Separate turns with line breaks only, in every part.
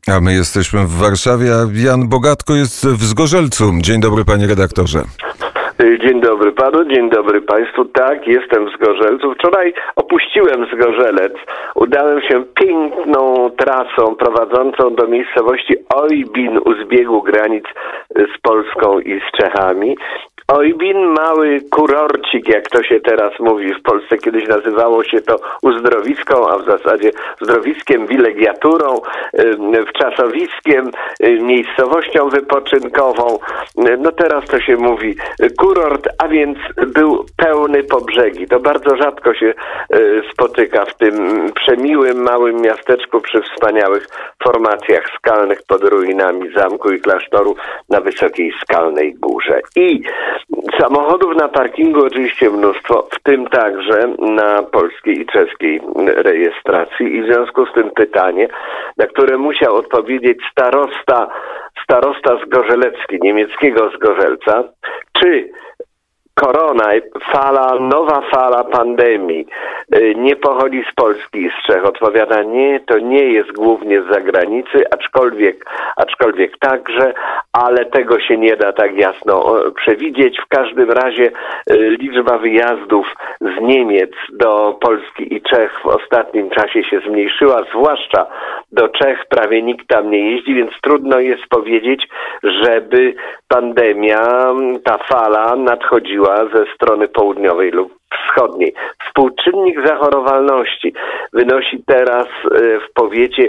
A my jesteśmy w Warszawie, a Jan Bogatko jest w Zgorzelcu. Dzień dobry, panie redaktorze.
Dzień dobry panu, dzień dobry państwu. Tak, jestem w Zgorzelcu. Wczoraj opuściłem Zgorzelec. Udałem się piękną trasą prowadzącą do miejscowości Ojbin u zbiegu granic z Polską i z Czechami. Ojbin, mały kurorcik, jak to się teraz mówi. W Polsce kiedyś nazywało się to Uzdrowiską, a w zasadzie Uzdrowiskiem, wilegiaturą, wczasowiskiem, miejscowością wypoczynkową. No teraz to się mówi kurort, a więc był pełny po brzegi. To bardzo rzadko się spotyka w tym przemiłym, małym miasteczku przy wspaniałych formacjach skalnych pod ruinami zamku i klasztoru na wysokiej skalnej górze. I samochodów na parkingu oczywiście mnóstwo, w tym także na polskiej i czeskiej rejestracji. I w związku z tym pytanie, na które musiał odpowiedzieć starosta zgorzelecki, niemieckiego Zgorzelca, czy korona, nowa fala pandemii nie pochodzi z Polski i z Czech. Odpowiada nie, to nie jest głównie z zagranicy, aczkolwiek także, ale tego się nie da tak jasno przewidzieć. W każdym razie liczba wyjazdów z Niemiec do Polski i Czech w ostatnim czasie się zmniejszyła, zwłaszcza do Czech prawie nikt tam nie jeździ, więc trudno jest powiedzieć, żeby pandemia, ta fala nadchodziła ze strony południowej lub wschodniej. Współczynnik zachorowalności wynosi teraz w powiecie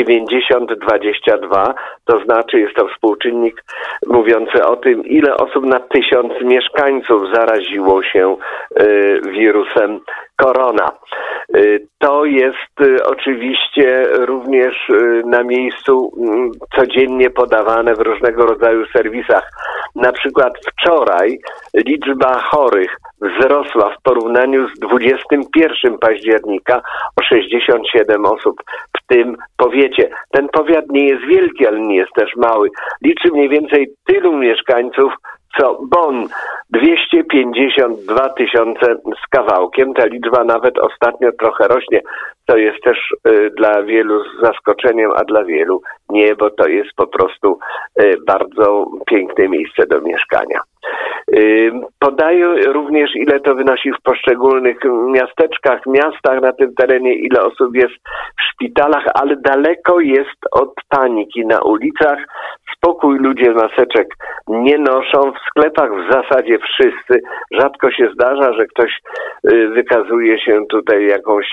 90-22, to znaczy jest to współczynnik mówiący o tym, ile osób na 1000 mieszkańców zaraziło się wirusem korona. To jest oczywiście również na miejscu codziennie podawane w różnego rodzaju serwisach. Na przykład wczoraj liczba chorych wzrosła w porównaniu z 21 października o 67 osób w tym powiecie. Ten powiat nie jest wielki, ale nie jest też mały. Liczy mniej więcej tylu mieszkańców, co Bonn, 252 tysiące z kawałkiem. Ta liczba nawet ostatnio trochę rośnie. To jest też dla wielu zaskoczeniem, a dla wielu nie, bo to jest po prostu bardzo piękne miejsce do mieszkania. Podaję również, ile to wynosi w poszczególnych miasteczkach, miastach na tym terenie, ile osób jest w szpitalach, ale daleko jest od paniki na ulicach. Spokój, ludzie maseczek nie noszą, w sklepach w zasadzie wszyscy. Rzadko się zdarza, że ktoś wykazuje się tutaj jakąś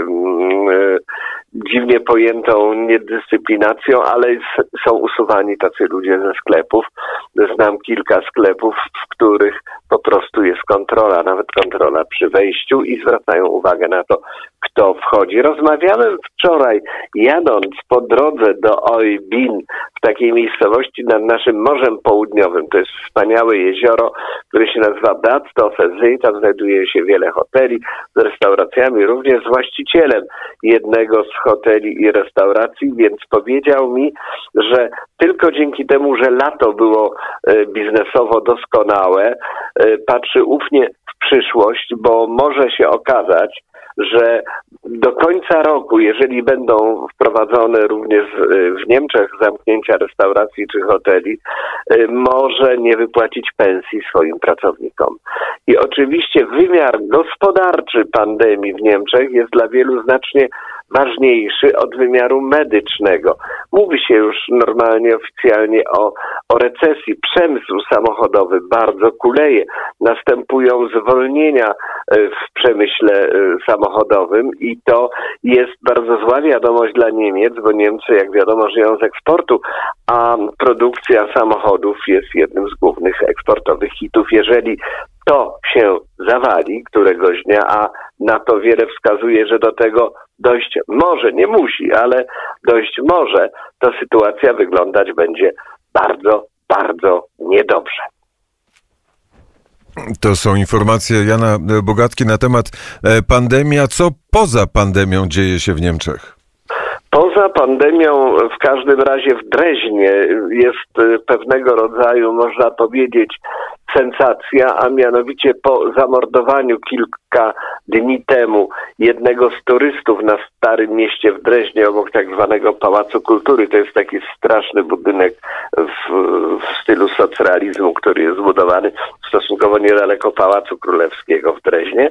dziwnie pojętą niedyscyplinacją, ale są usuwani tacy ludzie ze sklepów. Znam kilka sklepów, w których po prostu jest kontrola, nawet kontrola przy wejściu i zwracają uwagę na to, kto wchodzi. Rozmawiałem wczoraj, jadąc po drodze do Ojbin, w takiej miejscowości nad naszym Morzem Południowym. To jest wspaniałe jezioro, które się nazywa Bad Stoffelsee. Tam znajduje się wiele hoteli z restauracjami, również z właścicielem jednego z hoteli i restauracji, więc powiedział mi, że tylko dzięki temu, że lato było biznesowo doskonałe, patrzy ufnie w przyszłość, bo może się okazać, że do końca roku, jeżeli będą wprowadzone również w Niemczech zamknięcia restauracji czy hoteli, może nie wypłacić pensji swoim pracownikom. I oczywiście wymiar gospodarczy pandemii w Niemczech jest dla wielu znacznie ważniejszy od wymiaru medycznego. Mówi się już normalnie, oficjalnie o recesji. Przemysł samochodowy bardzo kuleje. Następują zwolnienia w przemyśle samochodowym i to jest bardzo zła wiadomość dla Niemiec, bo Niemcy, jak wiadomo, żyją z eksportu, a produkcja samochodów jest jednym z głównych eksportowych hitów. Jeżeli to się zawali któregoś dnia, a na to wiele wskazuje, że do tego dojść może, nie musi, ale dojść może, to sytuacja wyglądać będzie bardzo, bardzo niedobrze.
To są informacje Jana Bogatki na temat pandemii. A co poza pandemią dzieje się w Niemczech?
Poza pandemią w każdym razie w Dreźnie jest pewnego rodzaju, można powiedzieć, sensacja, a mianowicie po zamordowaniu kilka dni temu jednego z turystów na Starym Mieście w Dreźnie obok tak zwanego Pałacu Kultury. To jest taki straszny budynek w stylu socrealizmu, który jest zbudowany stosunkowo niedaleko Pałacu Królewskiego w Dreźnie.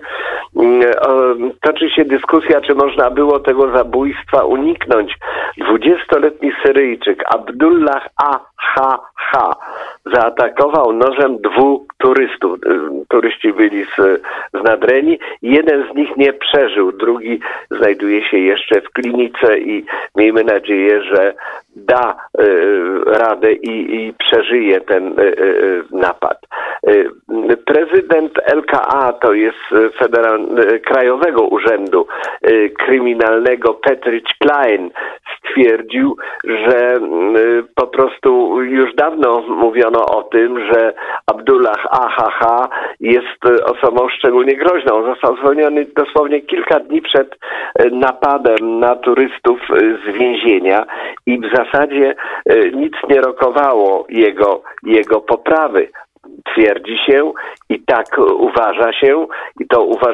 Toczy się dyskusja, czy można było tego zabójstwa uniknąć. 20-letni Syryjczyk Abdullah A.H.H. zaatakował nożem 2 turystów. Turyści byli z Nadrenii. Jeden z nich nie przeżył, drugi znajduje się jeszcze w klinice i miejmy nadzieję, że da radę i przeżyje ten napad. Prezydent LKA, to jest Krajowego Urzędu Kryminalnego Petrich Klein, stwierdził, że po prostu już dawno mówiono o tym, że Abdullah A.H.H. jest osobą szczególnie groźną. Został zwolniony dosłownie kilka dni przed napadem na turystów z więzienia i w zasadzie nic nie rokowało jego poprawy. Twierdzi się i tak uważa się i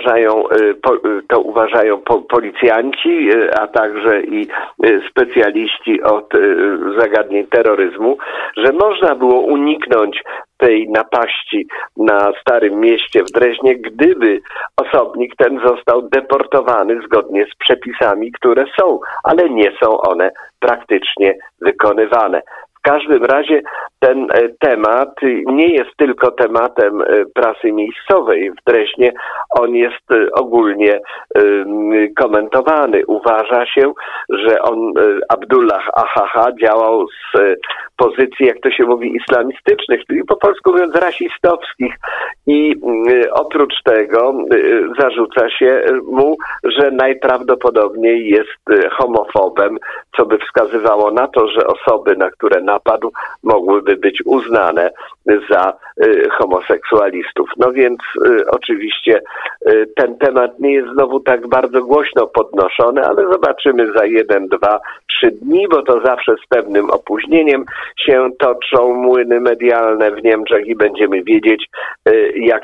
to uważają policjanci, a także i specjaliści od zagadnień terroryzmu, że można było uniknąć tej napaści na Starym Mieście w Dreźnie, gdyby osobnik ten został deportowany zgodnie z przepisami, które są, ale nie są one praktycznie wykonywane. W każdym razie ten temat nie jest tylko tematem prasy miejscowej w Dreźnie, on jest ogólnie komentowany. Uważa się, że Abdullah A.H.H. działał z pozycji, jak to się mówi, islamistycznych, czyli po polsku mówiąc rasistowskich i oprócz tego zarzuca się mu, że najprawdopodobniej jest homofobem, co by wskazywało na to, że osoby, na które napadł, mogłyby być uznane za homoseksualistów. No więc oczywiście ten temat nie jest znowu tak bardzo głośno podnoszony, ale zobaczymy za 1, 2, 3 dni, bo to zawsze z pewnym opóźnieniem się toczą młyny medialne w Niemczech i będziemy wiedzieć, jak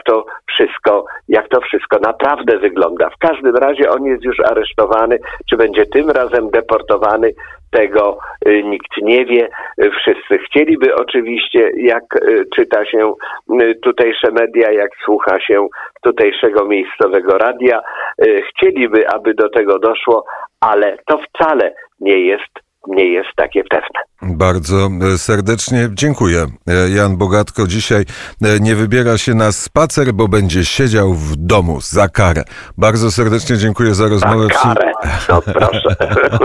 to wszystko naprawdę wygląda. W każdym razie on jest już aresztowany. Czy będzie tym razem deportowany? Tego nikt nie wie. Wszyscy chcieliby oczywiście, jak czyta się tutejsze media, jak słucha się tutejszego miejscowego radia, chcieliby, aby do tego doszło, ale to wcale nie jest takie pewne.
Bardzo serdecznie dziękuję. Jan Bogatko dzisiaj nie wybiera się na spacer, bo będzie siedział w domu za karę. Bardzo serdecznie dziękuję za rozmowę.
Za karę. No proszę.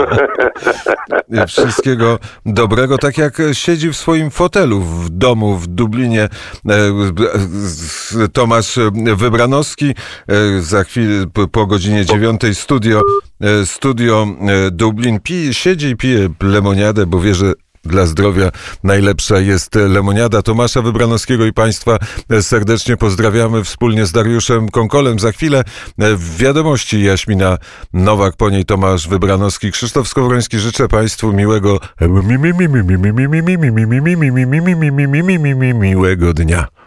Wszystkiego dobrego. Tak jak siedzi w swoim fotelu w domu w Dublinie Tomasz Wybranowski. Za chwilę po godzinie 9 studio Dublin siedzi i pije lemoniadę, bo wie, że dla zdrowia najlepsza jest lemoniada. Tomasza Wybranowskiego i Państwa serdecznie pozdrawiamy wspólnie z Dariuszem Konkolem. Za chwilę w wiadomości Jaśmina Nowak, po niej Tomasz Wybranowski. Krzysztof Skowroński, życzę Państwu miłego dnia.